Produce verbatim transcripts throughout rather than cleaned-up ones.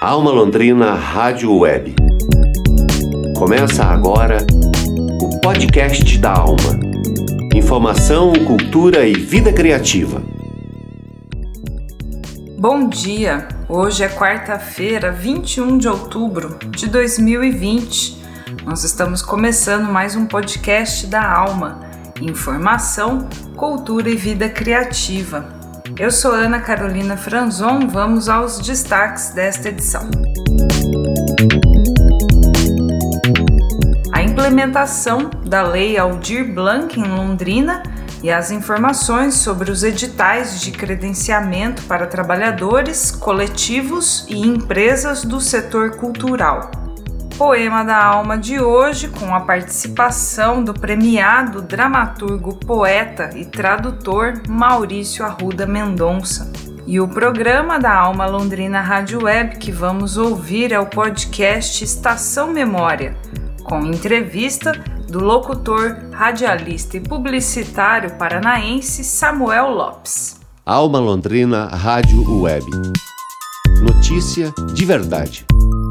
Alma Londrina Rádio Web. Começa agora o podcast da Alma. Informação, cultura e vida criativa. Bom dia! Hoje é quarta-feira, vinte e um de outubro de dois mil e vinte. Nós estamos começando mais um podcast da Alma. Informação, cultura e vida criativa. Eu sou Ana Carolina Franzon, vamos aos destaques desta edição. A implementação da Lei Aldir Blanc em Londrina e as informações sobre os editais de credenciamento para trabalhadores, coletivos e empresas do setor cultural. Poema da Alma de hoje, com a participação do premiado dramaturgo, poeta e tradutor Maurício Arruda Mendonça. E o programa da Alma Londrina Rádio Web que vamos ouvir é o podcast Estação Memória, com entrevista do locutor, radialista e publicitário paranaense Samuel Lopes. Alma Londrina Rádio Web. Notícia de verdade.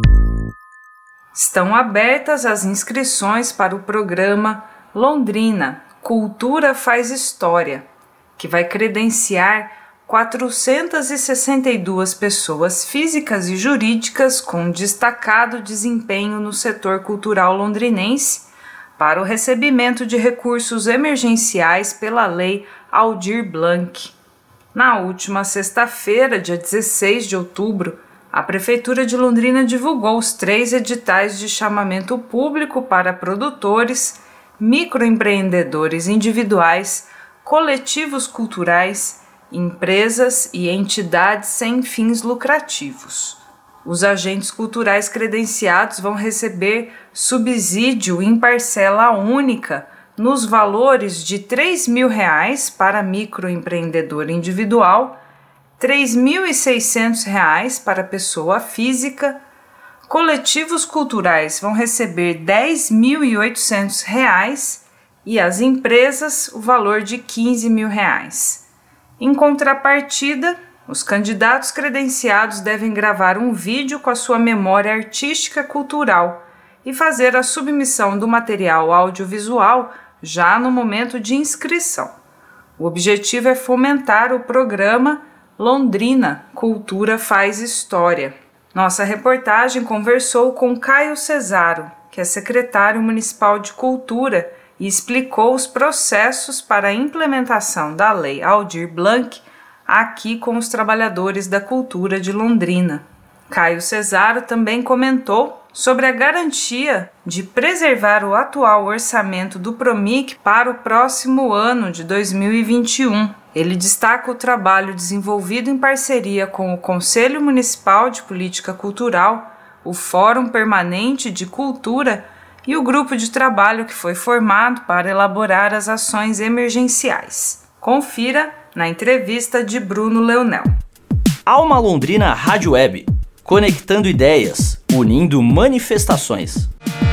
Estão abertas as inscrições para o programa Londrina Cultura Faz História, que vai credenciar quatrocentas e sessenta e duas pessoas físicas e jurídicas com destacado desempenho no setor cultural londrinense para o recebimento de recursos emergenciais pela Lei Aldir Blanc. Na última sexta-feira, dia dezesseis de outubro, a Prefeitura de Londrina divulgou os três editais de chamamento público para produtores, microempreendedores individuais, coletivos culturais, empresas e entidades sem fins lucrativos. Os agentes culturais credenciados vão receber subsídio em parcela única nos valores de três mil reais para microempreendedor individual, três mil e seiscentos reais para pessoa física. Coletivos culturais vão receber dez mil e oitocentos reais e as empresas o valor de quinze mil reais. Em contrapartida, os candidatos credenciados devem gravar um vídeo com a sua memória artística cultural e fazer a submissão do material audiovisual já no momento de inscrição. O objetivo é fomentar o programa Londrina Cultura Faz História. Nossa reportagem conversou com Caio Cesaro, que é secretário municipal de Cultura, e explicou os processos para a implementação da Lei Aldir Blanc aqui com os trabalhadores da cultura de Londrina. Caio Cesaro também comentou sobre a garantia de preservar o atual orçamento do Promic para o próximo ano de dois mil e vinte e um. Ele destaca o trabalho desenvolvido em parceria com o Conselho Municipal de Política Cultural, o Fórum Permanente de Cultura e o grupo de trabalho que foi formado para elaborar as ações emergenciais. Confira na entrevista de Bruno Leonel. Alma Londrina Rádio Web, conectando ideias, unindo manifestações.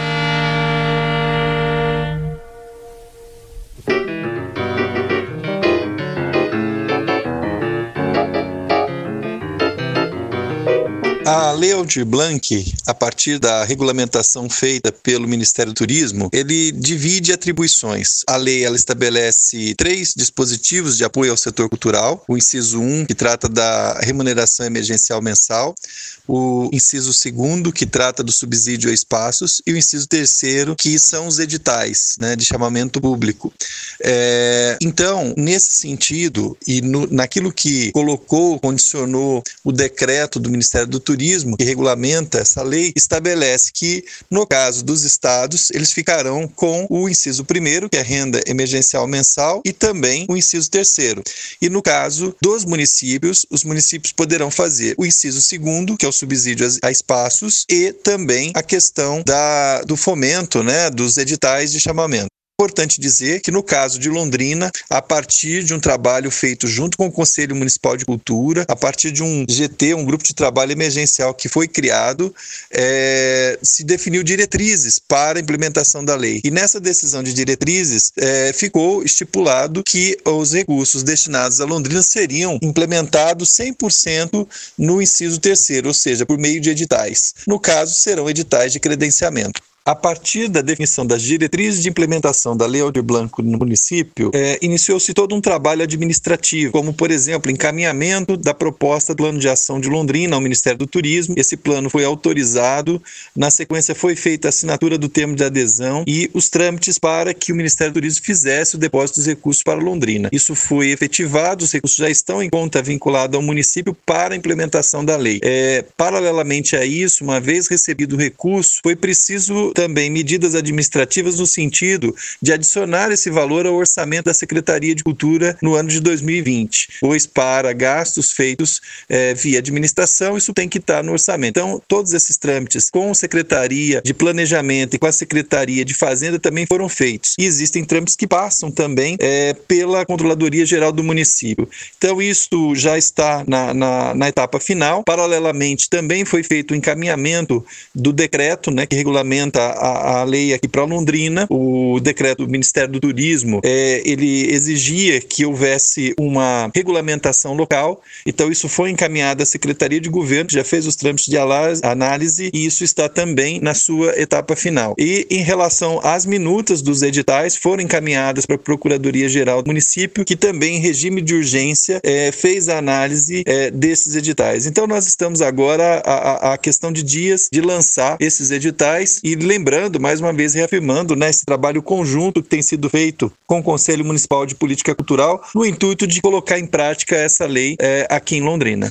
A Lei Aldir Blanc, a partir da regulamentação feita pelo Ministério do Turismo, ele divide atribuições. A lei ela estabelece três dispositivos de apoio ao setor cultural. O inciso um, que trata da remuneração emergencial mensal. O inciso segundo, que trata do subsídio a espaços. E o inciso terceiro, que são os editais, né, de chamamento público. É, então, nesse sentido, e no, naquilo que colocou, condicionou o decreto do Ministério do Turismo, que regulamenta essa lei, estabelece que, no caso dos estados, eles ficarão com o inciso primeiro, que é a renda emergencial mensal, e também o inciso terceiro. E no caso dos municípios, os municípios poderão fazer o inciso segundo, que é o subsídio a espaços, e também a questão da, do fomento, né, dos editais de chamamento. Importante dizer que no caso de Londrina, a partir de um trabalho feito junto com o Conselho Municipal de Cultura, a partir de um G T, um grupo de trabalho emergencial que foi criado, é, se definiu diretrizes para a implementação da lei. E nessa decisão de diretrizes é, ficou estipulado que os recursos destinados a Londrina seriam implementados cem por cento no inciso terceiro, ou seja, por meio de editais. No caso, serão editais de credenciamento. A partir da definição das diretrizes de implementação da Lei Aldir Blanc no município, é, iniciou-se todo um trabalho administrativo, como, por exemplo, encaminhamento da proposta do Plano de Ação de Londrina ao Ministério do Turismo. Esse plano foi autorizado, na sequência foi feita a assinatura do termo de adesão e os trâmites para que o Ministério do Turismo fizesse o depósito dos recursos para Londrina. Isso foi efetivado, os recursos já estão em conta vinculada ao município para a implementação da lei. É, paralelamente a isso, uma vez recebido o recurso, foi preciso também medidas administrativas no sentido de adicionar esse valor ao orçamento da Secretaria de Cultura no ano de dois mil e vinte, pois para gastos feitos é, via administração, isso tem que estar no orçamento. Então, todos esses trâmites com a Secretaria de Planejamento e com a Secretaria de Fazenda também foram feitos. E existem trâmites que passam também é, pela Controladoria Geral do município. Então, isso já está na, na, na etapa final. Paralelamente, também foi feito o encaminhamento do decreto, né, que regulamenta A, a lei aqui para Londrina. O decreto do Ministério do Turismo, é, ele exigia que houvesse uma regulamentação local, então isso foi encaminhado à Secretaria de Governo, já fez os trâmites de análise e isso está também na sua etapa final. E em relação às minutas dos editais, foram encaminhadas para a Procuradoria-Geral do município, que também em regime de urgência é, fez a análise é, desses editais. Então nós estamos agora a, a, a questão de dias de lançar esses editais e lembrando, mais uma vez reafirmando, né, esse trabalho conjunto que tem sido feito com o Conselho Municipal de Política Cultural no intuito de colocar em prática essa lei é, aqui em Londrina.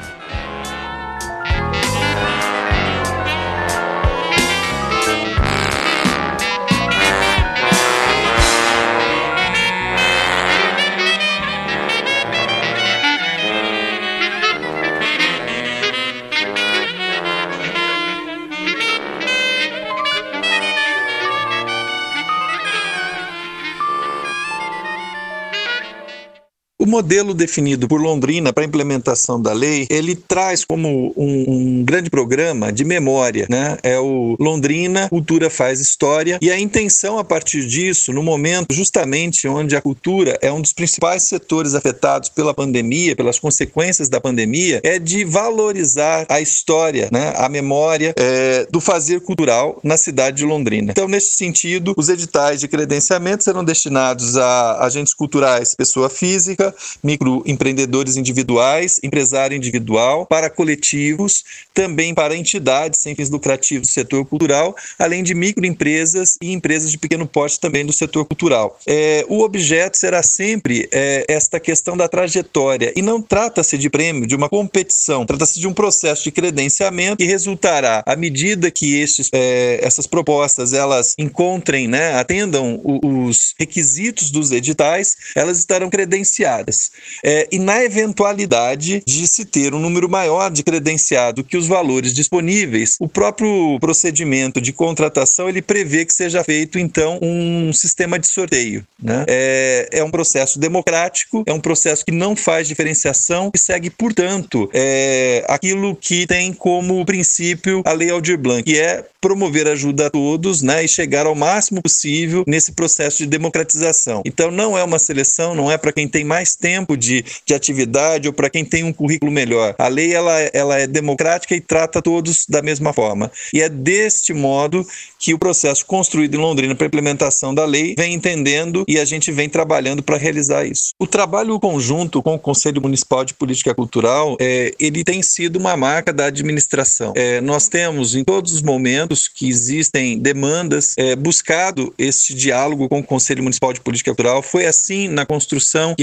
O modelo definido por Londrina para a implementação da lei, ele traz como um, um grande programa de memória, né? É o Londrina Cultura Faz História, e a intenção a partir disso, no momento justamente onde a cultura é um dos principais setores afetados pela pandemia, pelas consequências da pandemia, é de valorizar a história, né? A memória é, do fazer cultural na cidade de Londrina. Então, nesse sentido, os editais de credenciamento serão destinados a agentes culturais, pessoa física, microempreendedores individuais, empresário individual, para coletivos, também para entidades sem fins lucrativos do setor cultural, além de microempresas e empresas de pequeno porte também do setor cultural. É, o objeto será sempre é, esta questão da trajetória, e não trata-se de prêmio, de uma competição, trata-se de um processo de credenciamento que resultará, à medida que estes, é, essas propostas elas encontrem, né, atendam os requisitos dos editais, elas estarão credenciadas. É, e na eventualidade de se ter um número maior de credenciado que os valores disponíveis, o próprio procedimento de contratação ele prevê que seja feito então um sistema de sorteio, né? É, é um processo democrático, é um processo que não faz diferenciação e segue, portanto, é, aquilo que tem como princípio a Lei Aldir Blanc, que é promover ajuda a todos, né, e chegar ao máximo possível nesse processo de democratização. Então não é uma seleção, não é para quem tem mais tempo de, de atividade ou para quem tem um currículo melhor. A lei ela, ela é democrática e trata todos da mesma forma. E é deste modo que o processo construído em Londrina para a implementação da lei vem entendendo e a gente vem trabalhando para realizar isso. O trabalho conjunto com o Conselho Municipal de Política Cultural, é, ele tem sido uma marca da administração. É, nós temos em todos os momentos que existem demandas, é, buscado este diálogo com o Conselho Municipal de Política Cultural. Foi assim na construção que resultou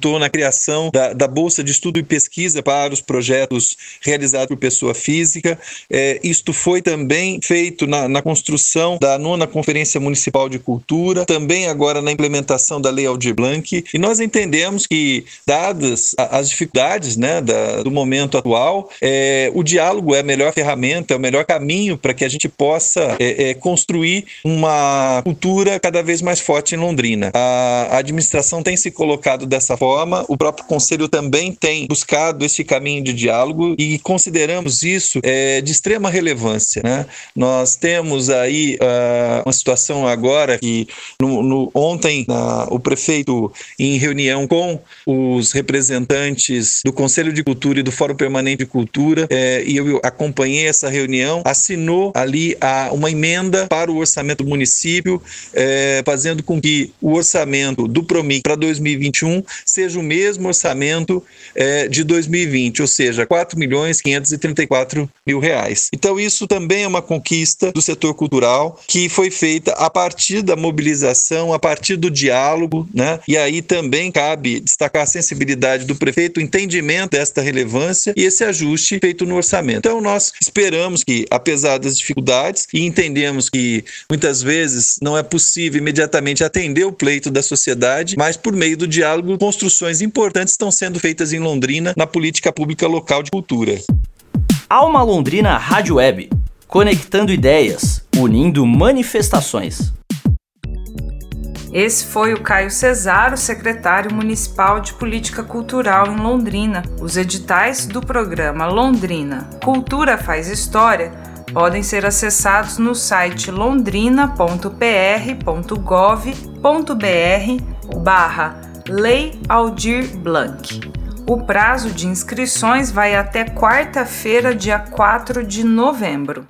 resultou na criação da, da Bolsa de Estudo e Pesquisa para os projetos realizados por pessoa física. É, isto foi também feito na, na construção da nona Conferência Municipal de Cultura, também agora na implementação da Lei Aldir Blanc, e nós entendemos que, dadas as dificuldades, né, da, do momento atual, é, o diálogo é a melhor ferramenta, é o melhor caminho para que a gente possa é, é, construir uma cultura cada vez mais forte em Londrina. A, a administração tem se colocado dessa forma, o próprio Conselho também tem buscado esse caminho de diálogo e consideramos isso é, de extrema relevância, né? Nós temos aí uh, uma situação agora que no, no, ontem uh, o prefeito, em reunião com os representantes do Conselho de Cultura e do Fórum Permanente de Cultura, é, e eu acompanhei essa reunião, assinou ali a, uma emenda para o orçamento do município, é, fazendo com que o orçamento do Promic para dois mil e vinte e um seja o mesmo orçamento é, de dois mil e vinte, ou seja, quatro milhões quinhentos e trinta e quatro mil reais. Então isso também é uma conquista do setor cultural que foi feita a partir da mobilização, a partir do diálogo, né? E aí também cabe destacar a sensibilidade do prefeito, o entendimento desta relevância e esse ajuste feito no orçamento. Então nós esperamos que, apesar das dificuldades, e entendemos que muitas vezes não é possível imediatamente atender o pleito da sociedade, mas por meio do diálogo, construções importantes estão sendo feitas em Londrina na política pública local de cultura. Alma Londrina Rádio Web, conectando ideias, unindo manifestações. Esse foi o Caio Cesaro, secretário municipal de Política Cultural em Londrina. Os editais do programa Londrina Cultura Faz História podem ser acessados no site londrina ponto p r ponto gov ponto b r barra Lei Aldir Blanc. O prazo de inscrições vai até quarta-feira, dia quatro de novembro.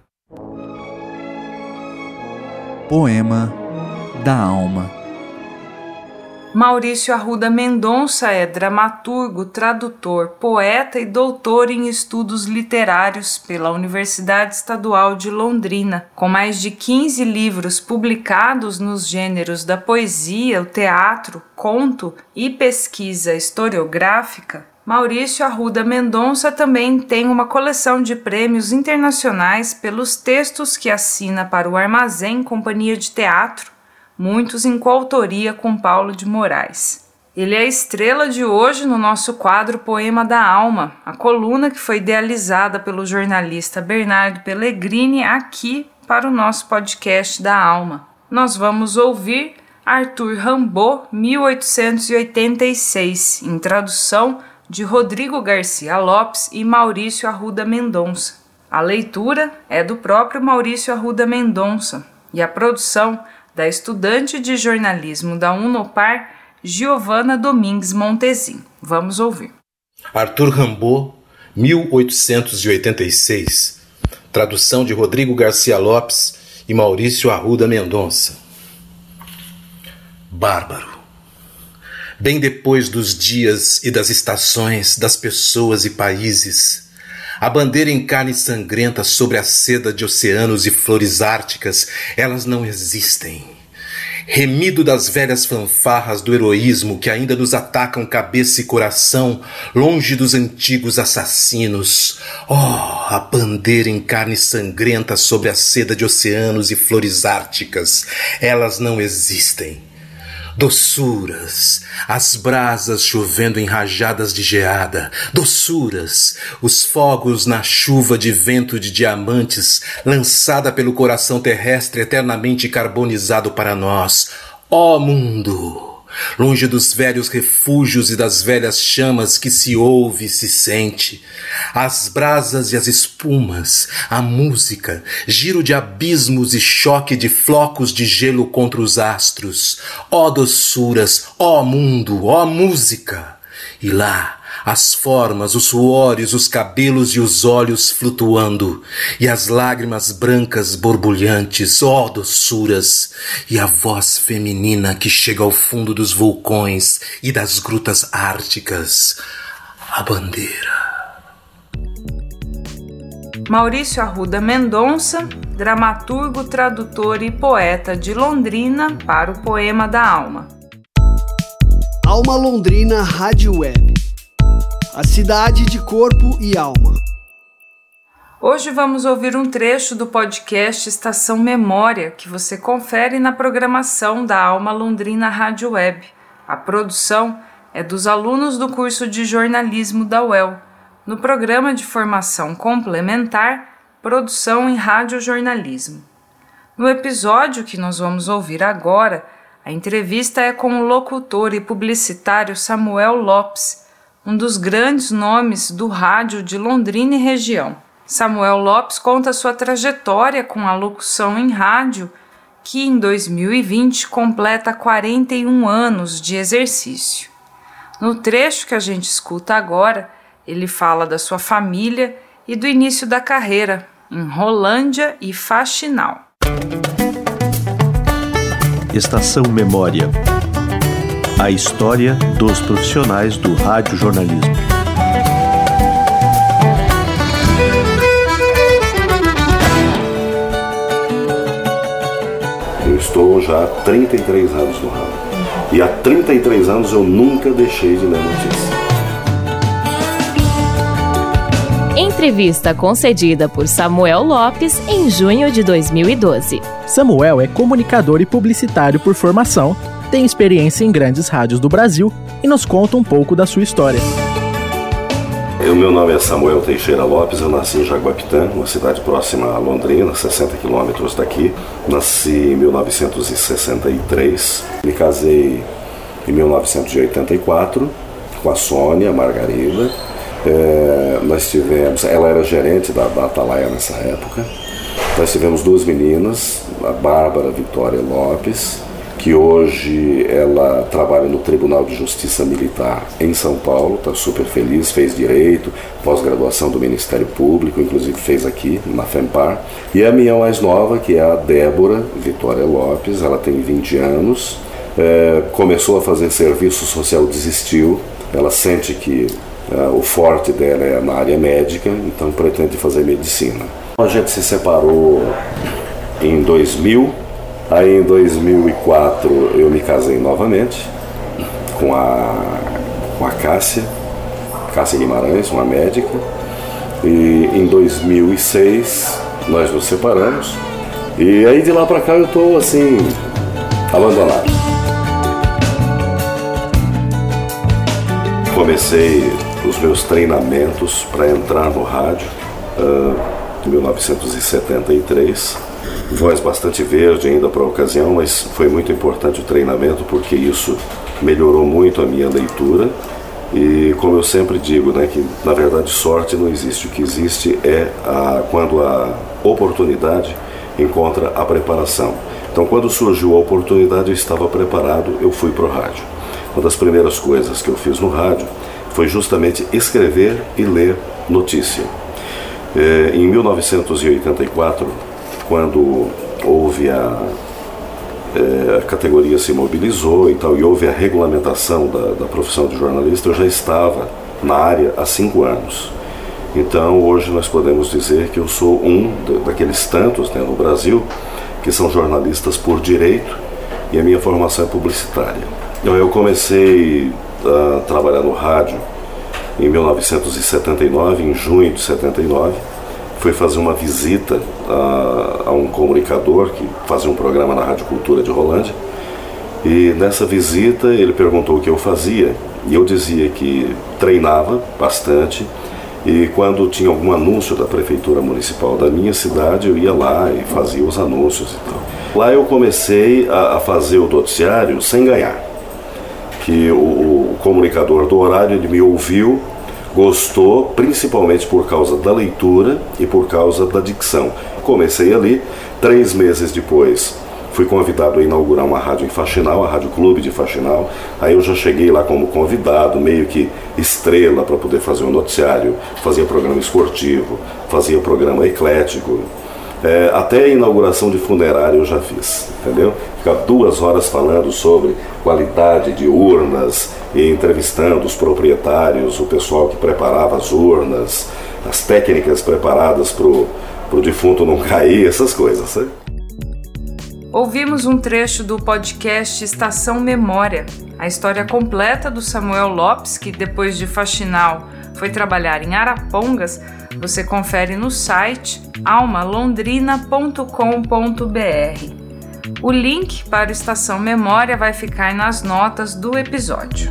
Poema da Alma. Maurício Arruda Mendonça é dramaturgo, tradutor, poeta e doutor em estudos literários pela Universidade Estadual de Londrina. Com mais de quinze livros publicados nos gêneros da poesia, o teatro, conto e pesquisa historiográfica, Maurício Arruda Mendonça também tem uma coleção de prêmios internacionais pelos textos que assina para o Armazém Companhia de Teatro, muitos em coautoria com Paulo de Moraes. Ele é a estrela de hoje no nosso quadro Poema da Alma, a coluna que foi idealizada pelo jornalista Bernardo Pellegrini aqui para o nosso podcast da Alma. Nós vamos ouvir Arthur Rimbaud, mil oitocentos e oitenta e seis, em tradução de Rodrigo Garcia Lopes e Maurício Arruda Mendonça. A leitura é do próprio Maurício Arruda Mendonça e a produção da estudante de jornalismo da Unopar, Giovana Domingues Montezin. Vamos ouvir. Arthur Rimbaud, mil oitocentos e oitenta e seis. Tradução de Rodrigo Garcia Lopes e Maurício Arruda Mendonça. Bárbaro. Bem depois dos dias e das estações, das pessoas e países, a bandeira em carne sangrenta sobre a seda de oceanos e flores árticas, elas não existem. Remido das velhas fanfarras do heroísmo que ainda nos atacam cabeça e coração, longe dos antigos assassinos. Oh, a bandeira em carne sangrenta sobre a seda de oceanos e flores árticas, elas não existem. Doçuras, as brasas chovendo em rajadas de geada, doçuras, os fogos na chuva de vento de diamantes, lançada pelo coração terrestre eternamente carbonizado para nós. Ó mundo! Longe dos velhos refúgios e das velhas chamas que se ouve e se sente, as brasas e as espumas, a música, giro de abismos e choque de flocos de gelo contra os astros. Ó doçuras, ó mundo, ó música! E lá, as formas, os suores, os cabelos e os olhos flutuando, e as lágrimas brancas borbulhantes, ó doçuras, e a voz feminina que chega ao fundo dos vulcões e das grutas árticas, a bandeira. Maurício Arruda Mendonça, dramaturgo, tradutor e poeta de Londrina, para o Poema da Alma. Alma Londrina Rádio Web. A cidade de corpo e alma. Hoje vamos ouvir um trecho do podcast Estação Memória, que você confere na programação da Alma Londrina Rádio Web. A produção é dos alunos do curso de jornalismo da U E L, no programa de formação complementar Produção em Radiojornalismo. No episódio que nós vamos ouvir agora, a entrevista é com o locutor e publicitário Samuel Lopes, um dos grandes nomes do rádio de Londrina e região. Samuel Lopes conta sua trajetória com a locução em rádio, que em dois mil e vinte completa quarenta e um anos de exercício. No trecho que a gente escuta agora, ele fala da sua família e do início da carreira em Rolândia e Faxinal. Estação Memória. A história dos profissionais do radiojornalismo. Eu estou já há trinta e três anos no rádio. E há trinta e três anos eu nunca deixei de ler notícias. Entrevista concedida por Samuel Lopes em junho de dois mil e doze. Samuel é comunicador e publicitário por formação, tem experiência em grandes rádios do Brasil e nos conta um pouco da sua história. O meu nome é Samuel Teixeira Lopes, eu nasci em Jaguapitã, uma cidade próxima a Londrina, sessenta quilômetros daqui. Nasci em mil novecentos e sessenta e três, me casei em mil novecentos e oitenta e quatro com a Sônia Margarida. É, nós tivemos, ela era gerente da, da Atalaia nessa época. Nós tivemos duas meninas, a Bárbara Vitória Lopes, que hoje ela trabalha no Tribunal de Justiça Militar em São Paulo, está super feliz, fez Direito, pós-graduação do Ministério Público, inclusive fez aqui na FEMPAR. E a minha mais nova, que é a Débora Vitória Lopes, ela tem vinte anos, é, começou a fazer serviço social, desistiu, ela sente que é, o forte dela é na área médica, então pretende fazer medicina. A gente se separou em dois mil. Aí em dois mil e quatro eu me casei novamente com a, com a Cássia, Cássia Guimarães, uma médica. E em dois mil e seis nós nos separamos. E aí de lá pra cá eu tô assim, abandonado. Comecei os meus treinamentos para entrar no rádio uh, em mil novecentos e setenta e três. Voz bastante verde ainda para a ocasião, mas foi muito importante o treinamento porque isso melhorou muito a minha leitura. E como eu sempre digo, né, que na verdade sorte não existe, o que existe é a, quando a oportunidade encontra a preparação. Então quando surgiu a oportunidade eu estava preparado, eu fui para o rádio. Uma das primeiras coisas que eu fiz no rádio foi justamente escrever e ler notícia. É, em mil novecentos e oitenta e quatro, quando houve a, é, a categoria se mobilizou e tal, e houve a regulamentação da, da profissão de jornalista, eu já estava na área há cinco anos. Então hoje nós podemos dizer que eu sou um daqueles tantos, né, no Brasil que são jornalistas por direito e a minha formação é publicitária. Então eu comecei a trabalhar no rádio em mil novecentos e setenta e nove, em junho de setenta e nove. Fui fazer uma visita a, a um comunicador que fazia um programa na Rádio Cultura de Rolândia. E nessa visita ele perguntou o que eu fazia e eu dizia que treinava bastante e quando tinha algum anúncio da Prefeitura Municipal da minha cidade eu ia lá e fazia os anúncios e tal. Lá eu comecei a, a fazer o noticiário sem ganhar, que o, o comunicador do horário ele me ouviu, gostou, principalmente por causa da leitura e por causa da dicção. Comecei ali, três meses depois fui convidado a inaugurar uma rádio em Faxinal, a Rádio Clube de Faxinal. Aí eu já cheguei lá como convidado, meio que estrela para poder fazer um noticiário, fazia programa esportivo, fazia programa eclético. É, até a inauguração de funerária eu já fiz, entendeu? Ficar duas horas falando sobre qualidade de urnas e entrevistando os proprietários, o pessoal que preparava as urnas, as técnicas preparadas para o defunto não cair, essas coisas, sabe? Ouvimos um trecho do podcast Estação Memória, a história completa do Samuel Lopes, que depois de Faxinal foi trabalhar em Arapongas. Você confere no site alma londrina ponto com ponto b r. O link para o Estação Memória vai ficar nas notas do episódio.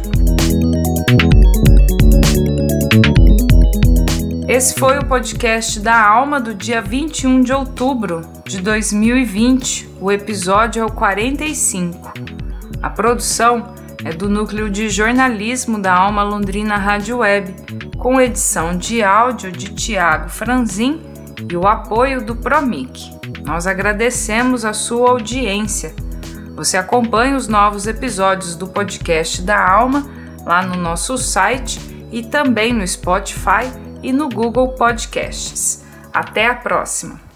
Esse foi o podcast da Alma do dia vinte e um de outubro de dois mil e vinte. O episódio é o quarenta e cinco. A produção é do Núcleo de Jornalismo da Alma Londrina Rádio Web, com edição de áudio de Tiago Franzin e o apoio do Promic. Nós agradecemos a sua audiência. Você acompanha os novos episódios do podcast da Alma lá no nosso site e também no Spotify e no Google Podcasts. Até a próxima!